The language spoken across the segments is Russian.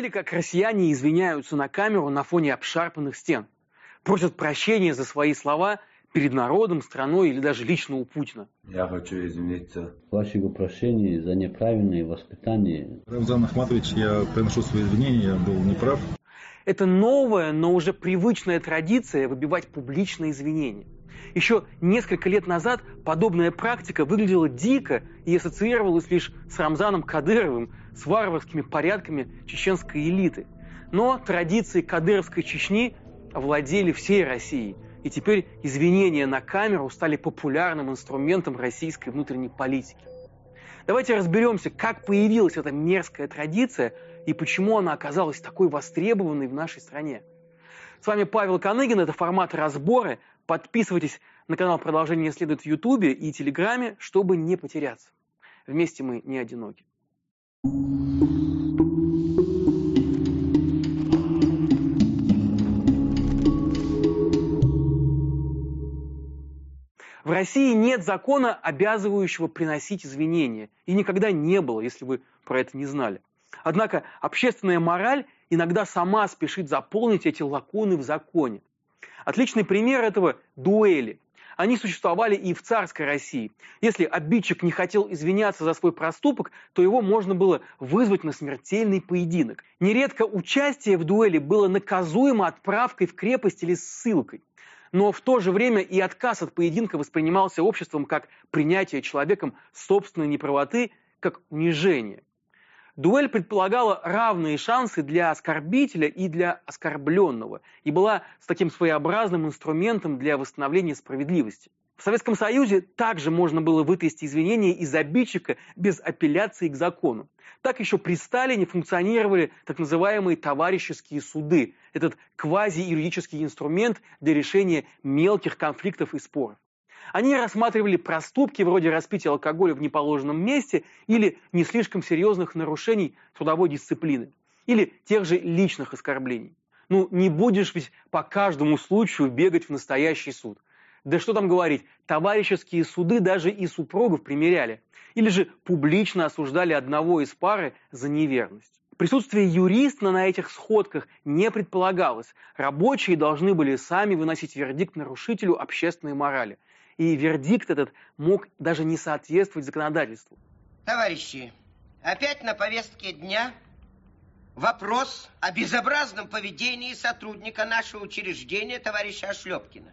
видели, как россияне извиняются на камеру на фоне обшарпанных стен? Просят прощения за свои слова перед народом, страной или даже лично у Путина. Я хочу извиниться. Вашего прощения за неправильное воспитание. Рамзан Ахматович, я приношу свои извинения, я был неправ. Это новая, но уже привычная традиция выбивать публичные извинения. Еще несколько лет назад подобная практика выглядела дико и ассоциировалась лишь с Рамзаном Кадыровым, с варварскими порядками чеченской элиты. Но традиции кадыровской Чечни овладели всей Россией, и теперь извинения на камеру стали популярным инструментом российской внутренней политики. Давайте разберемся, как появилась эта мерзкая традиция и почему она оказалась такой востребованной в нашей стране. С вами Павел Коныгин, это формат «Разборы». Подписывайтесь на канал «Продолжение следует» в Ютубе и Телеграме, чтобы не потеряться. Вместе мы не одиноки. В России нет закона, обязывающего приносить извинения. И никогда не было, если вы про это не знали. Однако общественная мораль иногда сама спешит заполнить эти лакуны в законе. Отличный пример этого – дуэли. Они существовали и в царской России. Если обидчик не хотел извиняться за свой проступок, то его можно было вызвать на смертельный поединок. Нередко участие в дуэли было наказуемо отправкой в крепость или ссылкой. Но в то же время и отказ от поединка воспринимался обществом как принятие человеком собственной неправоты, как унижение. Дуэль предполагала равные шансы для оскорбителя и для оскорбленного и была с таким своеобразным инструментом для восстановления справедливости. В Советском Союзе также можно было вытрясти извинения из обидчика без апелляции к закону. Так еще при Сталине функционировали так называемые товарищеские суды, этот квазиюридический инструмент для решения мелких конфликтов и споров. Они рассматривали проступки вроде распития алкоголя в неположенном месте или не слишком серьезных нарушений трудовой дисциплины, или тех же личных оскорблений. Ну, не будешь ведь по каждому случаю бегать в настоящий суд. Да что там говорить, товарищеские суды даже и супругов примиряли, или же публично осуждали одного из пары за неверность. Присутствие юриста на этих сходках не предполагалось. Рабочие должны были сами выносить вердикт нарушителю общественной морали. И вердикт этот мог даже не соответствовать законодательству. Товарищи, опять на повестке дня вопрос о безобразном поведении сотрудника нашего учреждения, товарища Ошлепкина.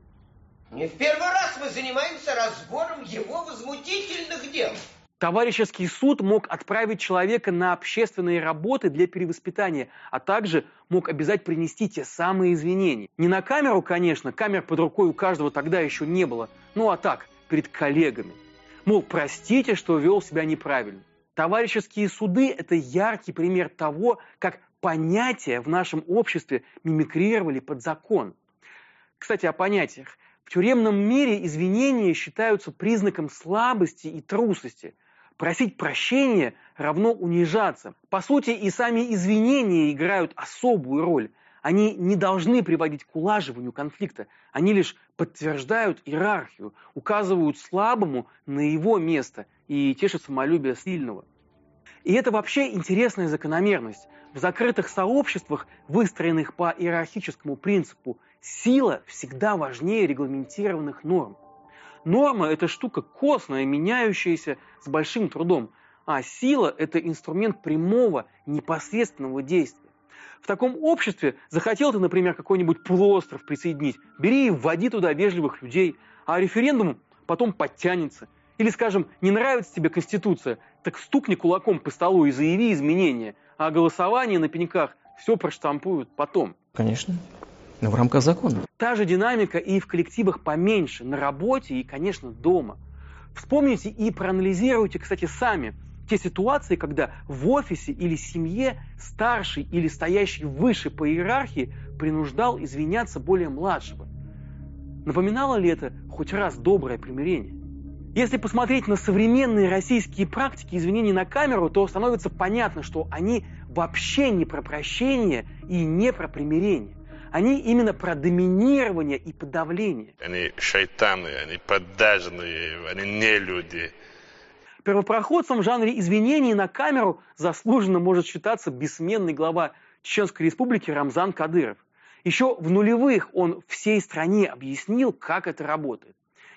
Не в первый раз мы занимаемся разбором его возмутительных дел. Товарищеский суд мог отправить человека на общественные работы для перевоспитания, а также мог обязать принести те самые извинения. Не на камеру, конечно, камер под рукой у каждого тогда еще не было, ну а так, перед коллегами. Мол, простите, что вел себя неправильно. Товарищеские суды – это яркий пример того, как понятия в нашем обществе мимикрировали под закон. Кстати, о понятиях. В тюремном мире извинения считаются признаком слабости и трусости. Просить прощения равно унижаться. По сути, и сами извинения играют особую роль. Они не должны приводить к улаживанию конфликта. Они лишь подтверждают иерархию, указывают слабому на его место и тешат самолюбие сильного. И это вообще интересная закономерность. В закрытых сообществах, выстроенных по иерархическому принципу, сила всегда важнее регламентированных норм. Норма – это штука костная, меняющаяся с большим трудом, а сила – это инструмент прямого, непосредственного действия. В таком обществе захотел ты, например, какой-нибудь полуостров присоединить, бери и вводи туда вежливых людей, а референдум потом подтянется. Или, скажем, не нравится тебе Конституция, так стукни кулаком по столу и заяви изменения, а голосование на пеньках все проштампуют потом. Конечно. Но в рамках закона. Та же динамика и в коллективах поменьше, на работе и, конечно, дома. Вспомните и проанализируйте, кстати, сами те ситуации, когда в офисе или семье старший или стоящий выше по иерархии принуждал извиняться более младшего. Напоминало ли это хоть раз доброе примирение? Если посмотреть на современные российские практики извинений на камеру, то становится понятно, что они вообще не про прощение и не про примирение. Они именно про доминирование и подавление. Они шайтаны, они продажные, они не люди. Первопроходцем в жанре извинений на камеру заслуженно может считаться бессменный глава Чеченской Республики Рамзан Кадыров. Еще в нулевых он всей стране объяснил, как это работает.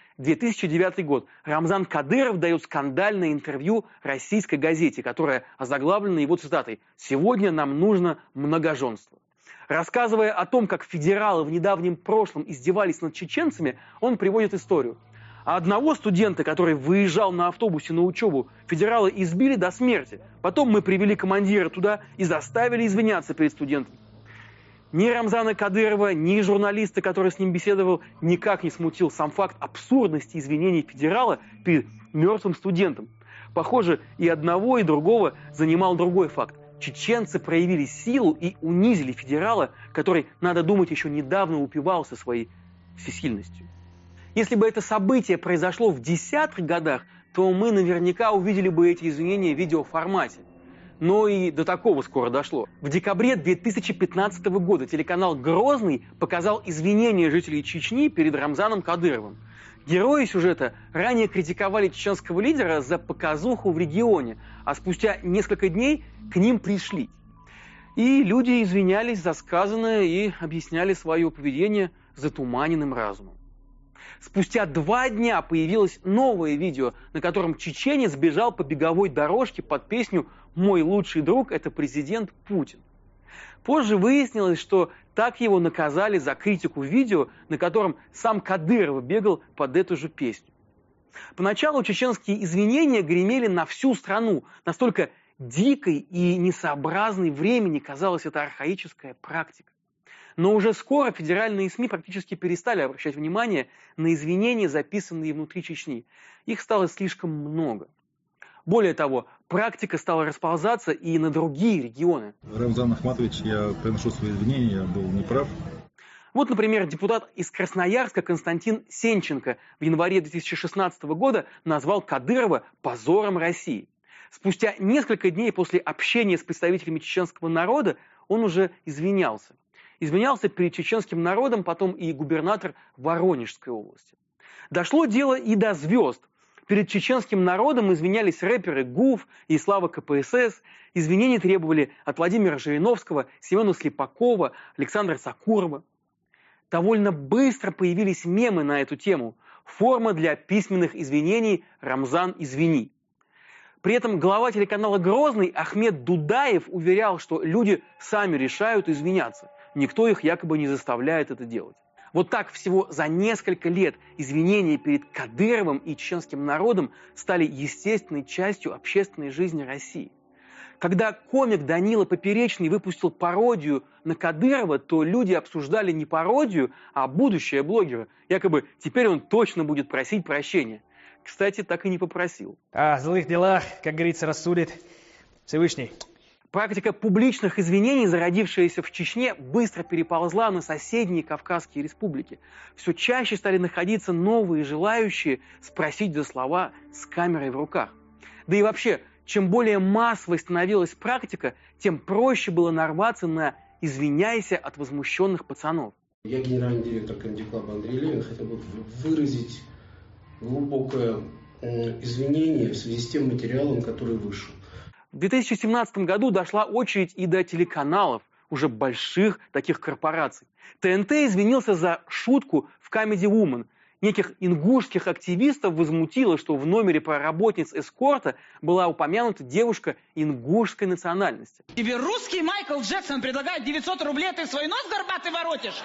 2009 год. Рамзан Кадыров дает скандальное интервью российской газете, которая озаглавлена его цитатой «Сегодня нам нужно многоженство». Рассказывая о том, как федералы в недавнем прошлом издевались над чеченцами, он приводит историю. А одного студента, который выезжал на автобусе на учебу, федералы избили до смерти. Потом мы привели командира туда и заставили извиняться перед студентом. Ни Рамзана Кадырова, ни журналиста, который с ним беседовал, никак не смутил сам факт абсурдности извинений федерала перед мертвым студентом. Похоже, и одного, и другого занимал другой факт. Чеченцы проявили силу и унизили федерала, который, надо думать, еще недавно упивался своей всесильностью. Если бы это событие произошло в десятых годах, то мы наверняка увидели бы эти извинения в видеоформате. Но и до такого скоро дошло. В декабре 2015 года телеканал «Грозный» показал извинения жителей Чечни перед Рамзаном Кадыровым. Герои сюжета ранее критиковали чеченского лидера за показуху в регионе, а спустя несколько дней к ним пришли. И люди извинялись за сказанное и объясняли свое поведение затуманенным разумом. Спустя 2 дня появилось новое видео, на котором чеченец бежал по беговой дорожке под песню «Мой лучший друг – это президент Путин». Позже выяснилось, что так его наказали за критику видео, на котором сам Кадыров бегал под эту же песню. Поначалу чеченские извинения гремели на всю страну, настолько дикой и несообразной времени казалась эта архаическая практика. Но уже скоро федеральные СМИ практически перестали обращать внимание на извинения, записанные внутри Чечни. Их стало слишком много. Более того, практика стала расползаться и на другие регионы. Рамзан Ахматович, я приношу свои извинения, я был неправ. Вот, например, депутат из Красноярска Константин Сенченко в январе 2016 года назвал Кадырова позором России. Спустя несколько дней после общения с представителями чеченского народа он уже извинялся. Извинялся перед чеченским народом потом и губернатор Воронежской области. Дошло дело и до звезд. Перед чеченским народом извинялись рэперы ГУФ и Слава КПСС. Извинения требовали от Владимира Жириновского, Семена Слепакова, Александра Сакурова. Довольно быстро появились мемы на эту тему. Форма для письменных извинений «Рамзан, извини». При этом глава телеканала «Грозный» Ахмед Дудаев уверял, что люди сами решают извиняться. Никто их якобы не заставляет это делать. Вот так всего за несколько лет извинения перед Кадыровым и чеченским народом стали естественной частью общественной жизни России. Когда комик Данила Поперечный выпустил пародию на Кадырова, то люди обсуждали не пародию, а будущее блогера. Якобы теперь он точно будет просить прощения. Кстати, так и не попросил. О злых делах, как говорится, рассудит Всевышний. Практика публичных извинений, зародившаяся в Чечне, быстро переползла на соседние Кавказские республики. Все чаще стали находиться новые желающие спросить за слова с камерой в руках. Да и вообще, чем более массовой становилась практика, тем проще было нарваться на «извиняйся» от возмущенных пацанов. Я генеральный директор Комедий-клаба Андрей Левин, хотел бы выразить глубокое извинение в связи с тем материалом, который вышел. В 2017 году дошла очередь и до телеканалов, уже больших таких корпораций. ТНТ извинился за шутку в Comedy Woman. Неких ингушских активистов возмутило, что в номере про работниц эскорта была упомянута девушка ингушской национальности. Тебе русский Майкл Джексон предлагает 900 рублей, ты свой нос горбатый воротишь?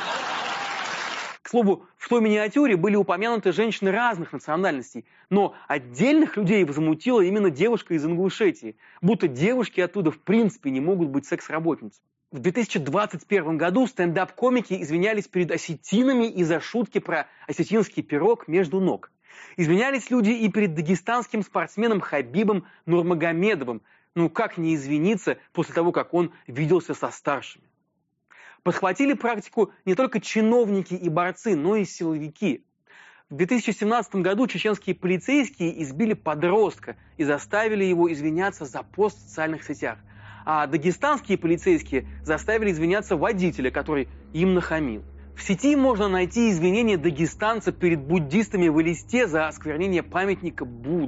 К слову, в той миниатюре были упомянуты женщины разных национальностей, но отдельных людей возмутила именно девушка из Ингушетии, будто девушки оттуда в принципе не могут быть секс-работницами. В 2021 году стендап-комики извинялись перед осетинами из-за шутки про осетинский пирог между ног. Извинялись люди и перед дагестанским спортсменом Хабибом Нурмагомедовым. Ну как не извиниться после того, как он виделся со старшими? Подхватили практику не только чиновники и борцы, но и силовики. В 2017 году чеченские полицейские избили подростка и заставили его извиняться за пост в социальных сетях. А дагестанские полицейские заставили извиняться водителя, который им нахамил. В сети можно найти извинения дагестанца перед буддистами в Элисте за осквернение памятника Будды.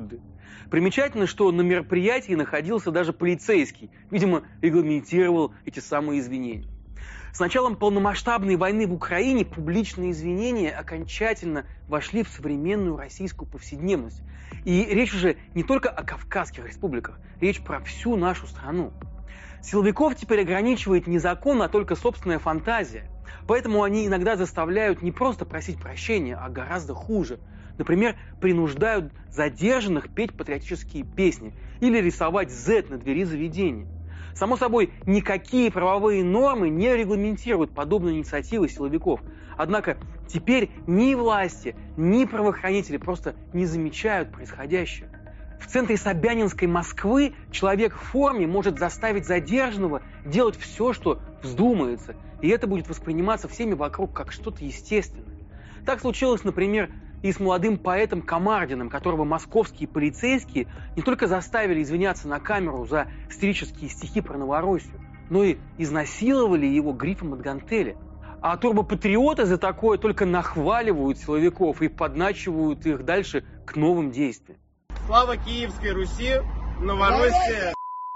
Примечательно, что на мероприятии находился даже полицейский, видимо, регламентировал эти самые извинения. С началом полномасштабной войны в Украине публичные извинения окончательно вошли в современную российскую повседневность. И речь уже не только о Кавказских республиках, речь про всю нашу страну. Силовиков теперь ограничивает не закон, а только собственная фантазия. Поэтому они иногда заставляют не просто просить прощения, а гораздо хуже. Например, принуждают задержанных петь патриотические песни или рисовать Z на двери заведения. Само собой, никакие правовые нормы не регламентируют подобные инициативы силовиков. Однако теперь ни власти, ни правоохранители просто не замечают происходящее. В центре Собянинской Москвы человек в форме может заставить задержанного делать все, что вздумается, и это будет восприниматься всеми вокруг как что-то естественное. Так случилось, например, и с молодым поэтом Камардиным, которого московские полицейские не только заставили извиняться на камеру за сатирические стихи про Новороссию, но и изнасиловали его грифом от гантели. А турбопатриоты за такое только нахваливают силовиков и подначивают их дальше к новым действиям. Слава Киевской Руси, Новороссия!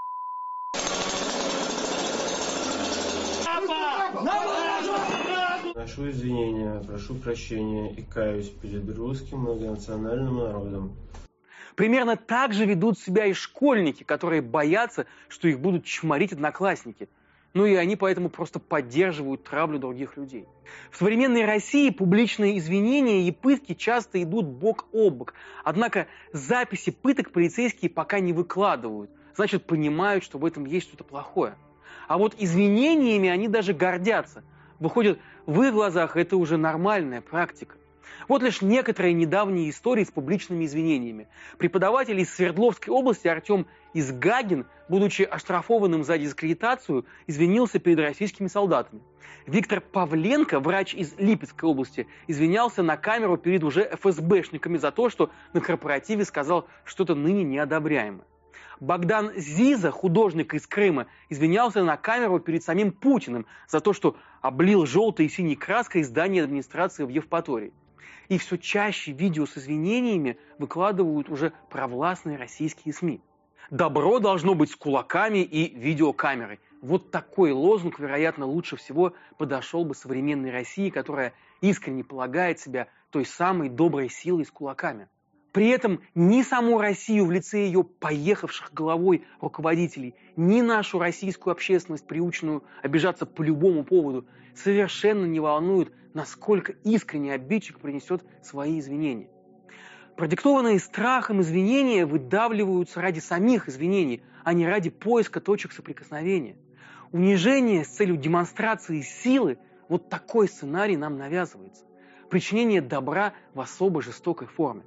Прошу извинения, прошу прощения и каюсь перед русским многонациональным народом. Примерно так же ведут себя и школьники, которые боятся, что их будут чморить одноклассники. Ну и они поэтому просто поддерживают травлю других людей. В современной России публичные извинения и пытки часто идут бок о бок. Однако записи пыток полицейские пока не выкладывают. Значит, понимают, что в этом есть что-то плохое. А вот извинениями они даже гордятся. Выходит, в их глазах это уже нормальная практика. Вот лишь некоторые недавние истории с публичными извинениями. Преподаватель из Свердловской области Артем Изгагин, будучи оштрафованным за дискредитацию, извинился перед российскими солдатами. Виктор Павленко, врач из Липецкой области, извинялся на камеру перед уже ФСБшниками за то, что на корпоративе сказал что-то ныне неодобряемое. Богдан Зиза, художник из Крыма, извинялся на камеру перед самим Путиным за то, что облил желтой и синей краской здание администрации в Евпатории. И все чаще видео с извинениями выкладывают уже провластные российские СМИ. Добро должно быть с кулаками и видеокамерой. Вот такой лозунг, вероятно, лучше всего подошел бы современной России, которая искренне полагает себя той самой доброй силой с кулаками. При этом ни саму Россию в лице ее поехавших головой руководителей, ни нашу российскую общественность, приученную обижаться по любому поводу, совершенно не волнует, насколько искренне обидчик принесет свои извинения. Продиктованные страхом извинения выдавливаются ради самих извинений, а не ради поиска точек соприкосновения. Унижение с целью демонстрации силы – вот такой сценарий нам навязывается. Причинение добра в особо жестокой форме.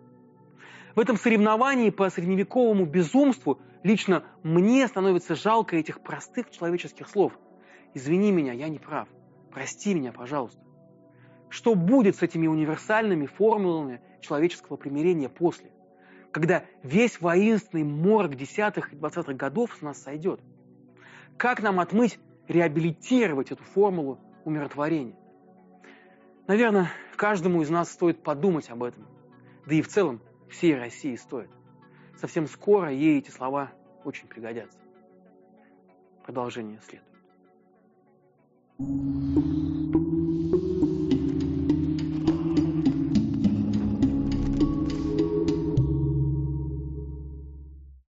В этом соревновании по средневековому безумству лично мне становится жалко этих простых человеческих слов. «Извини меня, я не прав. Прости меня, пожалуйста». Что будет с этими универсальными формулами человеческого примирения после, когда весь воинственный морок 10-х и 20-х годов с нас сойдет? Как нам отмыть, реабилитировать эту формулу умиротворения? Наверное, каждому из нас стоит подумать об этом. Да и в целом всей России стоит. Совсем скоро ей эти слова очень пригодятся. Продолжение следует.